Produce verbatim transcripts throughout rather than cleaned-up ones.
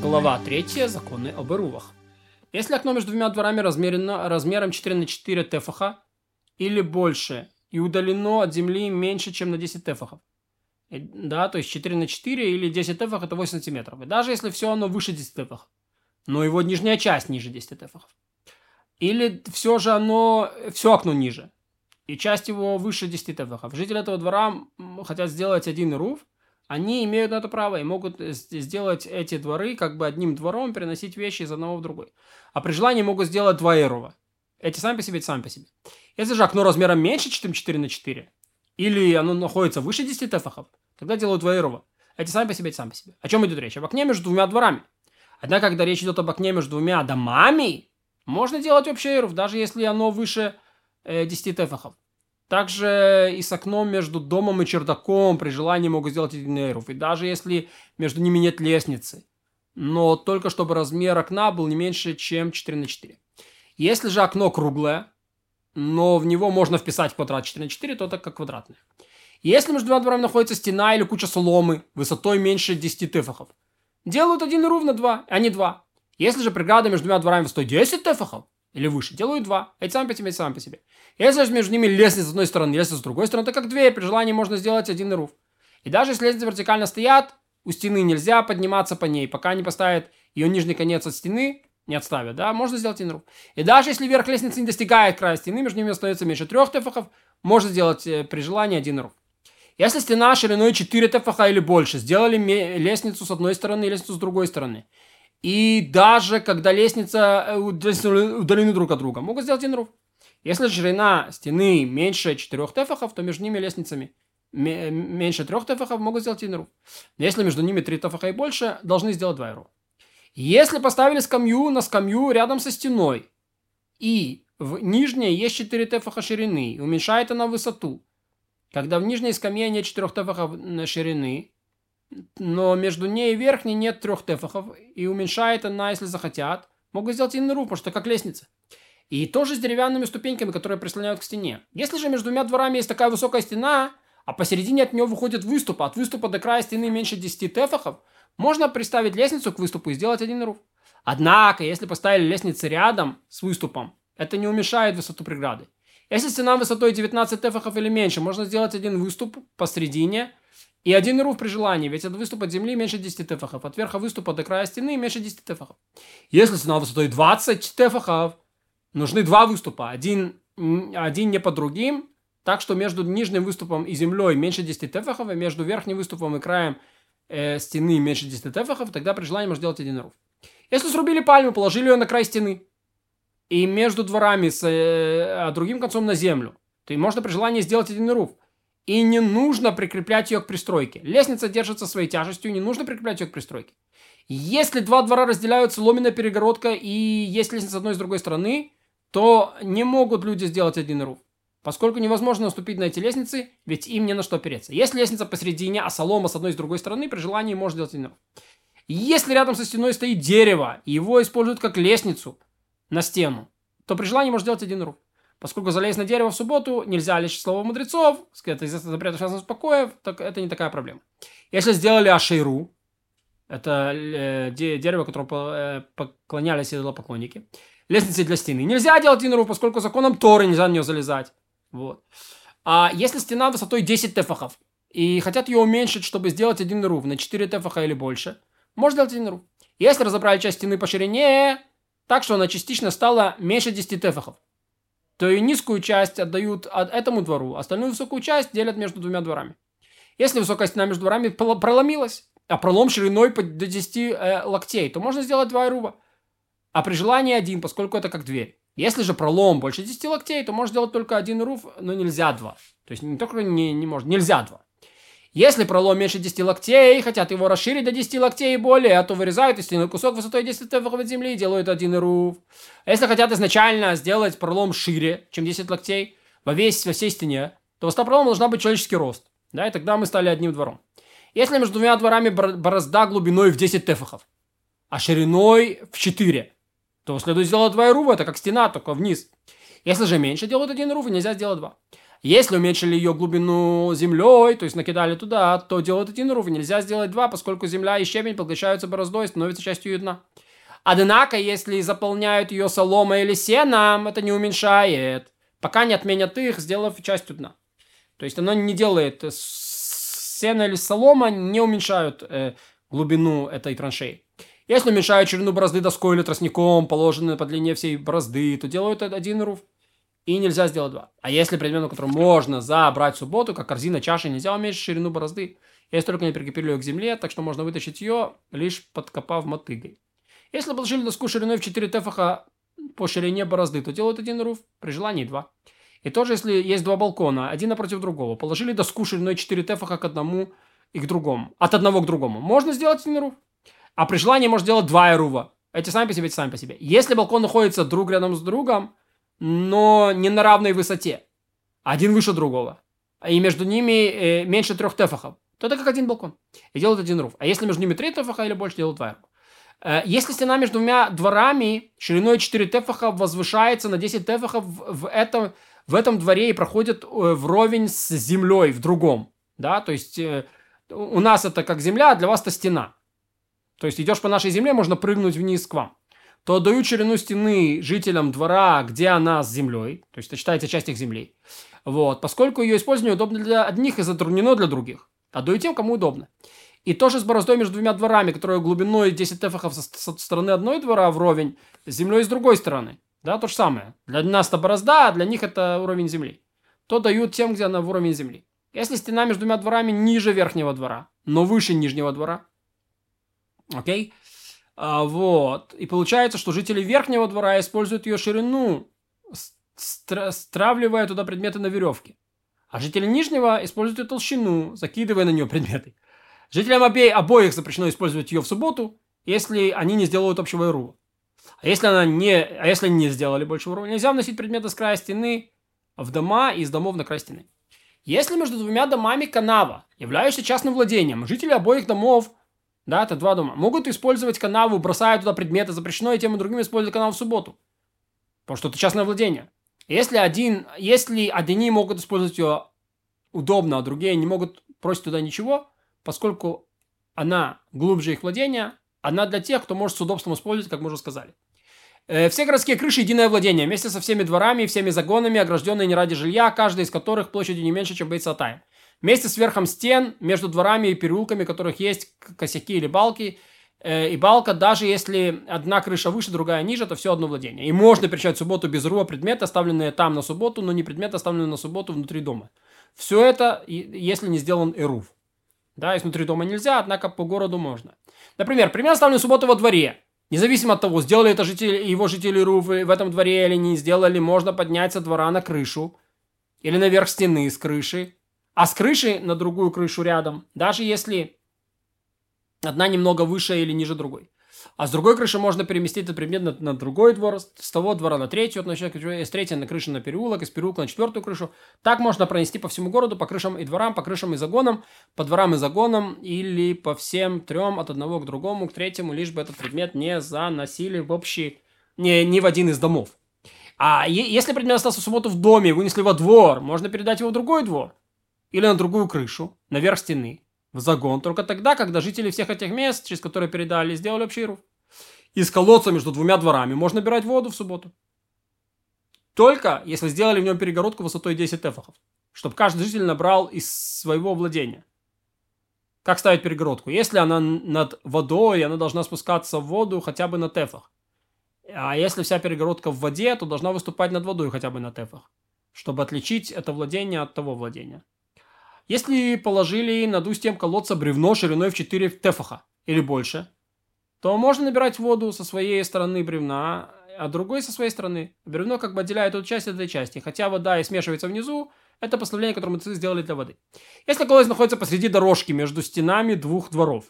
Глава третья. Законы об эрувах. Если окно между двумя дворами размерено, размером четыре на четыре тефаха или больше и удалено от земли меньше, чем на десять тефахов, да, то есть четыре на четыре или десять тефах это восемь сантиметров. И даже если все оно выше десяти тефахов, но его нижняя часть ниже десяти тефахов, или все же оно, все окно ниже, и часть его выше десяти тефахов, жители этого двора хотят сделать один эрув, они имеют на это право и могут сделать эти дворы как бы одним двором, переносить вещи из одного в другой. А при желании могут сделать два эрува. Эти сами по себе, эти сами по себе. Если же окно размером меньше, чем четыре на четыре, или оно находится выше десяти тефахов, тогда делают два эрува. Эти сами по себе, эти сами по себе. О чем идет речь? Об окне между двумя дворами. Однако, когда речь идет об окне между двумя домами, можно делать общий эрув, даже если оно выше э, десяти тефахов. Также и с окном между домом и чердаком при желании могут сделать один эрув. И даже если между ними нет лестницы. Но только чтобы размер окна был не меньше, чем четыре на четыре. Если же окно круглое, но в него можно вписать квадрат четыре на четыре, то это как квадратное. Если между двумя дворами находится стена или куча соломы высотой меньше десяти тефахов, делают один эрув на два, а не два. Если же преграда между двумя дворами высотой десять тефахов или выше, делают два. Эти сами по себе, эти сами по себе. Если же между ними лестница с одной стороны, лестница с другой стороны, то как дверь, при желании можно сделать один эрув. И даже если лестницы вертикально стоят, у стены нельзя подниматься по ней, пока не поставят ее нижний конец от стены, не отставят, да, можно сделать один эрув. И даже если верх лестницы не достигает края стены, между ними остается меньше трех тефахов, можно сделать э, при желании один эрув. Если стена шириной четыре тефаха или больше, сделали лестницу с одной стороны и лестницу с другой стороны, и даже когда лестница удалены друг от друга, могут сделать один эрув. Если ширина стены меньше четырех тефахов, то между ними лестницами меньше трех тефахов могут сделать один эрув. Если между ними три тефаха и больше, должны сделать два эрув. Если поставили скамью на скамью рядом со стеной, и в нижней есть четыре тефаха ширины, и уменьшает она высоту, когда в нижней скамье нет четырех тефахов ширины, но между ней и верхней нет трех тефахов, и уменьшает она, если захотят, могут сделать один эрув, потому что как лестница. И тоже с деревянными ступеньками, которые прислоняют к стене. Если же между двумя дворами есть такая высокая стена, а посередине от нее выходит выступ, а от выступа до края стены меньше десяти тефахов, можно приставить лестницу к выступу и сделать один эрув. Однако, если поставили лестницу рядом с выступом, это не уменьшает высоту преграды. Если стена высотой девятнадцать тефахов или меньше, можно сделать один выступ посередине и один эрув при желании, ведь этот выступ от земли меньше десяти тефахов, от верха выступа до края стены меньше десяти тефахов. Если стена высотой двадцать тефахов, нужны два выступа, один, один не под другим, так что между нижним выступом и землей меньше десяти тефахов, и между верхним выступом и краем э, стены меньше десяти тефахов, тогда при желании можно сделать один эрув. Если срубили пальму, положили ее на край стены, и между дворами с э, другим концом на землю, то можно при желании сделать один эрув. И не нужно прикреплять ее к пристройке. Лестница держится своей тяжестью, не нужно прикреплять ее к пристройке. Если два двора разделяют соломенная перегородка и есть лестница с одной и с другой стороны, то не могут люди сделать один эрув, поскольку невозможно наступить на эти лестницы, ведь им не на что опереться. Если лестница посередине, а солома с одной и с другой стороны, при желании можно сделать один эрув. Если рядом со стеной стоит дерево, и его используют как лестницу на стену, то при желании можно сделать один эрув. Поскольку залезть на дерево в субботу нельзя лишь слова мудрецов, это из-за запрета связанных с покоев, так это не такая проблема. Если сделали ашейру, это э, дерево, которому э, поклонялись идолопоклонники, лестницы для стены, нельзя делать один эрув, поскольку законом Торы нельзя на нее залезать. Вот. А если стена высотой десять тефахов, и хотят ее уменьшить, чтобы сделать один эрув на четыре тефаха или больше, можно сделать один эрув. Если разобрали часть стены по ширине, так что она частично стала меньше десяти тефахов, то и низкую часть отдают этому двору, остальную высокую часть делят между двумя дворами. Если высокая стена между дворами проломилась, а пролом шириной до десяти э, локтей, то можно сделать два эруva, а при желании один, поскольку это как дверь. Если же пролом больше десяти локтей, то можно сделать только один эрув, но нельзя два. То есть не только не, не можно, нельзя два. Если пролом меньше десяти локтей, хотят его расширить до десяти локтей и более, то вырезают из стены кусок высотой десять тефахов от земли и делают один эрув. А если хотят изначально сделать пролом шире, чем десять локтей, во, весь, во всей стене, то высота пролома должна быть человеческий рост. Да, и тогда мы стали одним двором. Если между двумя дворами борозда глубиной в десять тефахов, а шириной в четыре, то следует сделать два эрува, это как стена, только вниз. Если же меньше, делают один эрув, и нельзя сделать два. Если уменьшили ее глубину землей, то есть накидали туда, то делают один рув. Нельзя сделать два, поскольку земля и щебень поглощаются бороздой и становятся частью ее дна. Однако, если заполняют ее соломой или сеном, это не уменьшает, пока не отменят их, сделав частью дна. То есть оно не делает, сено или солома не уменьшают э, глубину этой траншеи. Если уменьшают ширину борозды доской или тростником, положенной по длине всей борозды, то делают один рув. И нельзя сделать два. А если предмет, который можно забрать в субботу, как корзина, чаша, нельзя уменьшить ширину борозды, если только не прикрепили ее к земле, так что можно вытащить ее, лишь подкопав мотыгой. Если положили доску шириной в четыре тефаха по ширине борозды, то делают один рув, при желании два. И тоже, если есть два балкона, один напротив другого, положили доску шириной четыре тефаха к одному и к другому, от одного к другому, можно сделать один рув. А при желании можно сделать два рува. Эти сами по себе, эти сами по себе. Если балкон находится друг рядом с другом, но не на равной высоте, один выше другого, и между ними э, меньше трех тефахов, то это как один балкон. И делают один рув. А если между ними три тефаха или больше, делают два рува. Э, если стена между двумя дворами шириной четыре тефаха возвышается на десять тефахов в, в, этом, в этом дворе и проходит э, вровень с землей в другом, да, то есть э, у нас это как земля, а для вас это стена. То есть идешь по нашей земле, можно прыгнуть вниз к вам. То дают ширину стены жителям двора, где она с землей, то есть это считается часть их земли. Вот, поскольку ее использование удобно для одних и затруднено для других, а дают тем, кому удобно. И тоже с бороздой между двумя дворами, которая глубиной десять тефахов со, со стороны одной двора вровень, с землей с другой стороны. Да, то же самое. Для нас это борозда, а для них это уровень земли. То дают тем, где она в уровень земли. Если стена между двумя дворами ниже верхнего двора, но выше нижнего двора, окей? А, вот. И получается, что жители верхнего двора используют ее ширину, стра- стравливая туда предметы на веревке. А жители нижнего используют ее толщину, закидывая на нее предметы. Жителям обе- обоих запрещено использовать ее в субботу, если они не сделают общего ирува. А если, она не, а если они не сделали большего ирува, нельзя вносить предметы с края стены в дома и из домов на край стены. Если между двумя домами канава, являющаяся частным владением, жители обоих домов, да, это два дома, могут использовать канаву, бросая туда предметы, запрещено и тем и другим использовать канаву в субботу. Потому что это частное владение. Если, один, если одни могут использовать ее удобно, а другие не могут бросить туда ничего, поскольку она глубже их владения, она для тех, кто может с удобством использовать, как мы уже сказали. Э, все городские крыши – единое владение, вместе со всеми дворами и всеми загонами, огражденные не ради жилья, каждый из которых площадью не меньше, чем Бейт Сатаим. Вместе с верхом стен, между дворами и переулками, в которых есть косяки или балки, э, и балка, даже если одна крыша выше, другая ниже, это все одно владение. И можно перечислять субботу без рува предметы, оставленные там на субботу, но не предметы, оставленные на субботу внутри дома. Все это, если не сделан эрув. Да, если внутри дома нельзя, однако по городу можно. Например, предмет, оставленный в субботу во дворе. Независимо от того, сделали это жители, его жители рувы в этом дворе или не сделали, можно поднять со двора на крышу или наверх стены с крыши, а с крыши на другую крышу рядом, даже если одна немного выше или ниже другой. А с другой крыши можно переместить этот предмет на, на другой двор, с того двора на третью, с третьей на крышу на переулок, из переулка на четвертую крышу. Так можно пронести по всему городу, по крышам и дворам, по крышам и загонам, по дворам и загонам, или по всем трем от одного к другому, к третьему, лишь бы этот предмет не заносили в общий, не, не в один из домов. А е- если предмет остался в субботу в доме, вынесли во двор, можно передать его в другой двор. Или на другую крышу, наверх стены, в загон, только тогда, когда жители всех этих мест, через которые передали, сделали общий рув. Из колодца между двумя дворами можно набирать воду в субботу. Только если сделали в нем перегородку высотой десять тефахов, чтобы каждый житель набрал из своего владения. Как ставить перегородку? Если она над водой, она должна спускаться в воду хотя бы на тефах. А если вся перегородка в воде, то должна выступать над водой хотя бы на тефах, чтобы отличить это владение от того владения. Если положили над устьем колодца бревно шириной в четыре тефаха или больше, то можно набирать воду со своей стороны бревна, а другой со своей стороны. Бревно как бы отделяет эту часть от этой части. Хотя вода и смешивается внизу, это послабление, которое мы сделали для воды. Если колодец находится посреди дорожки между стенами двух дворов,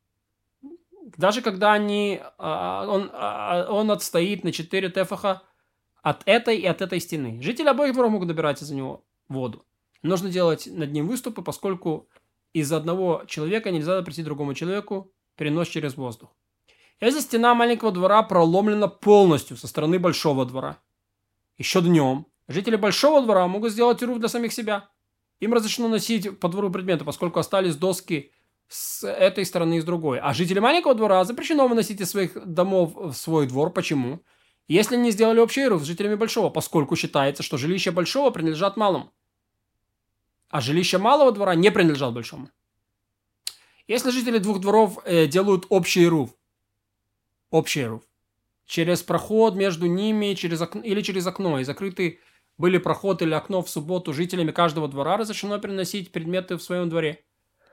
даже когда они, он, он отстоит на четыре тефаха от этой и от этой стены, жители обоих дворов могут добирать из-за него воду. Нужно делать над ним выступы, поскольку из одного человека нельзя запретить другому человеку перенос через воздух. Если стена маленького двора проломлена полностью со стороны большого двора, еще днем, Жители большого двора могут сделать ирув для самих себя. Им разрешено носить по двору предметы, поскольку остались доски с этой стороны и с другой. А жители маленького двора запрещено выносить из своих домов в свой двор. Почему? Если они сделали общий ирув с жителями большого, поскольку считается, что жилища большого принадлежат малому, а жилища малого двора не принадлежат большому. Если жители двух дворов э, делают общий ирув, общий ирув, через проход между ними через окно, или через окно, и закрыты были проход или окно в субботу, жителями каждого двора разрешено переносить предметы в своем дворе.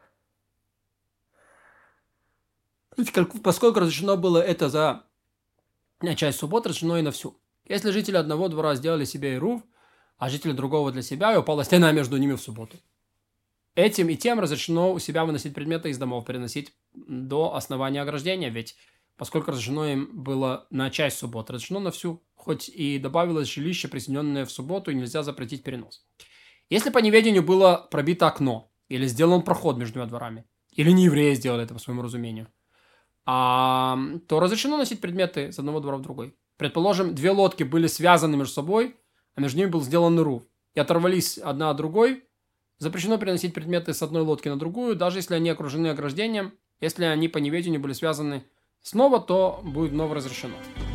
Поскольку разрешено было это за часть субботы, разрешено и на всю. Если жители одного двора сделали себе ирув, а жители другого для себя, и упала стена между ними в субботу, этим и тем разрешено у себя выносить предметы из домов, переносить до основания ограждения, ведь поскольку разрешено им было на часть субботы, разрешено на всю, хоть и добавилось жилище, присоединенное в субботу, и нельзя запретить перенос. Если по неведению было пробито окно, или сделан проход между двумя дворами, или не евреи сделали это по своему разумению, а, то разрешено носить предметы с одного двора в другой. Предположим, две лодки были связаны между собой, а между ними был сделан ирув, и оторвались одна от другой. Запрещено переносить предметы с одной лодки на другую, даже если они окружены ограждением. Если они по неведению были связаны снова, то будет вновь разрешено.